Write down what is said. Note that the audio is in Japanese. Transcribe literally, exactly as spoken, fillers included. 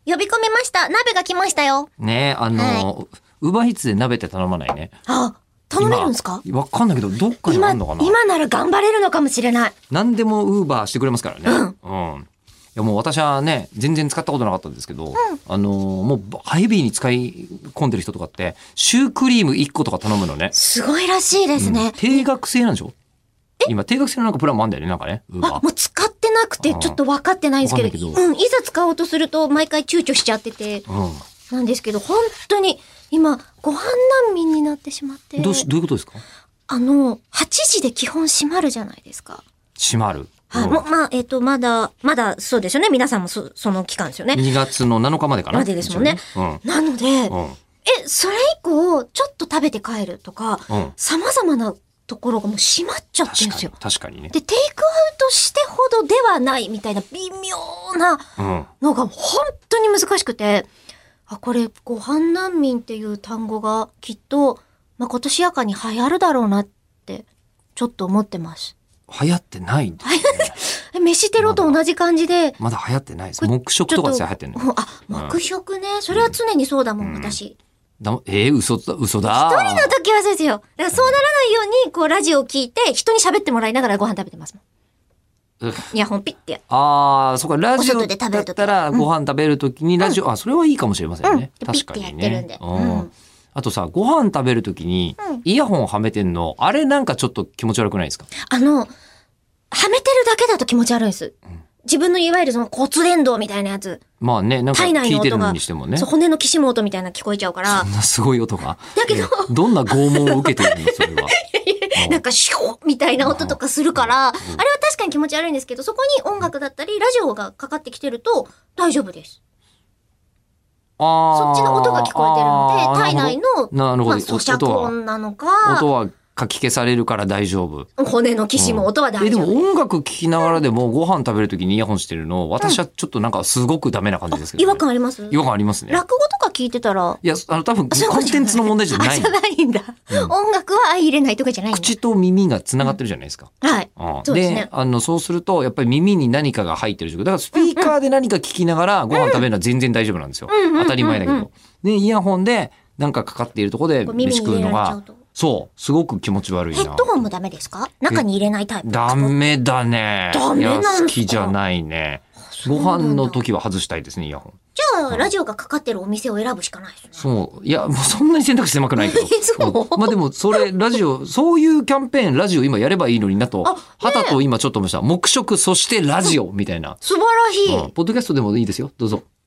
呼び込みました。鍋が来ましたよ。 ねえ、あの、ウーバーイーツで鍋って頼まないね。 あ、頼めるんですか？ わかんないけど、どっかにあるのかな。 今、今なら頑張れるのかもしれない。 何でもウーバーしてくれますからね。 うん。 うん。いやもう私はね、全然使ったことなかったんですけど、うん、あのー、もうヘビーに使い込んでる人とかって、シュークリームいっことか頼むのね。 すごいらしいですね。 うん、定額制なんでしょ？今、定額制のなんかプランもあるんだよね、なんかね。ウーバー。 あ、もう使ってなくて、ちょっと分かってないんですけど、けどうん、いざ使おうとすると、毎回躊躇しちゃってて、うん、なんですけど、本当に、今、ご飯難民になってしまって。 どうし、どういうことですか？ あの、はちじで基本閉まるじゃないですか。 閉まる。 はい、うん、もまあ、えっ、ー、と、まだ、まだ、そうですよね。皆さんもそ、その期間ですよね。 にがつのなのかまでかな。 までですもんね。うん、なので、うん、え、それ以降、ちょっと食べて帰るとか、様々なところがもう閉まっちゃってるんですよ。 確かに、確かにね。 で、テイクアウトしてほどではないみたいな微妙なのが本当に難しくて、あ、これ、ご飯難民っていう単語がきっと、まあ、今年やかに流行るだろうなって、ちょっと思ってます。 流行ってないんですね。 飯テロと同じ感じで。 まだ流行ってないです。黙食とかで流行ってんの。 あ、黙食ね。それは常にそうだもん、うん、私。 だえー、嘘だ、嘘だ。 一人の時はそうですよ。だからそうならないように、こう、ラジオを聞いて、人に喋ってもらいながらご飯食べてますもん。イヤホンピッて。 ああ、そうか、ラジオだったらご飯食べるときにラジオ、うん、あ、それはいいかもしれませんね。うん、確かにね。 ピッてやってるんで。 うん。あとさ、ご飯食べるときに、イヤホンはめてんの、あれなんかちょっと気持ち悪くないですか？ あの、はめてるだけだと気持ち悪いです。うん自分のいわゆるその骨伝導みたいなやつ。 まあね、なんか聞いてるのにしてもね。 そう、骨のきしむ音みたいな聞こえちゃうから。 そんなすごい音が。 だけど。 どんな拷問を受けてるのそれは。 なんかシュッみたいな音とかするから、あれは確かに気持ち悪いんですけど、そこに音楽だったり、ラジオがかかってきてると大丈夫です。 あそっちの音が聞こえてるので、体内の、 なるほど、 まあ、咀嚼音なのか。 音はかき消されるから大丈夫。 骨のきしむ音は大丈夫、 うん。え、でも音楽聴きながらでもご飯食べるときにイヤホンしてるの、私はちょっとなんかすごくダメな感じですけど、ね、 違和感あります？ 違和感ありますね。 落語とか聞いてたら。 いや、あの多分コンテンツの問題じゃない。 じゃないんだ、うん。音楽は相入れないとかじゃないんだ。 口と耳が繋がってるじゃないですか。 うん、はい、 うん。 そうですね。 で、あの、そうすると、やっぱり耳に何かが入ってる状況。だからスピーカーで何か聞きながらご飯食べるのは全然大丈夫なんですよ。うん、当たり前だけど。で、イヤホンでなんかかかっているところで飯食うのが。そう。すごく気持ち悪いな。 ヘッドホンもダメですか？中に入れないタイプですか？ ダメだね。 ダメなんですか？ 好きじゃないね。ご飯の時は外したいですね、イヤホン。 じゃあ、ラジオがかかってるお店を選ぶしかないですね。 そう。いや、もうそんなに選択肢狭くないけど。 そうまあでも、それ、ラジオ、そういうキャンペーン、ラジオ今やればいいのになと、はたと今ちょっと思いました。黙食、そしてラジオみたいな。 素晴らしい、 うん。ポッドキャストでもいいですよ。どうぞ。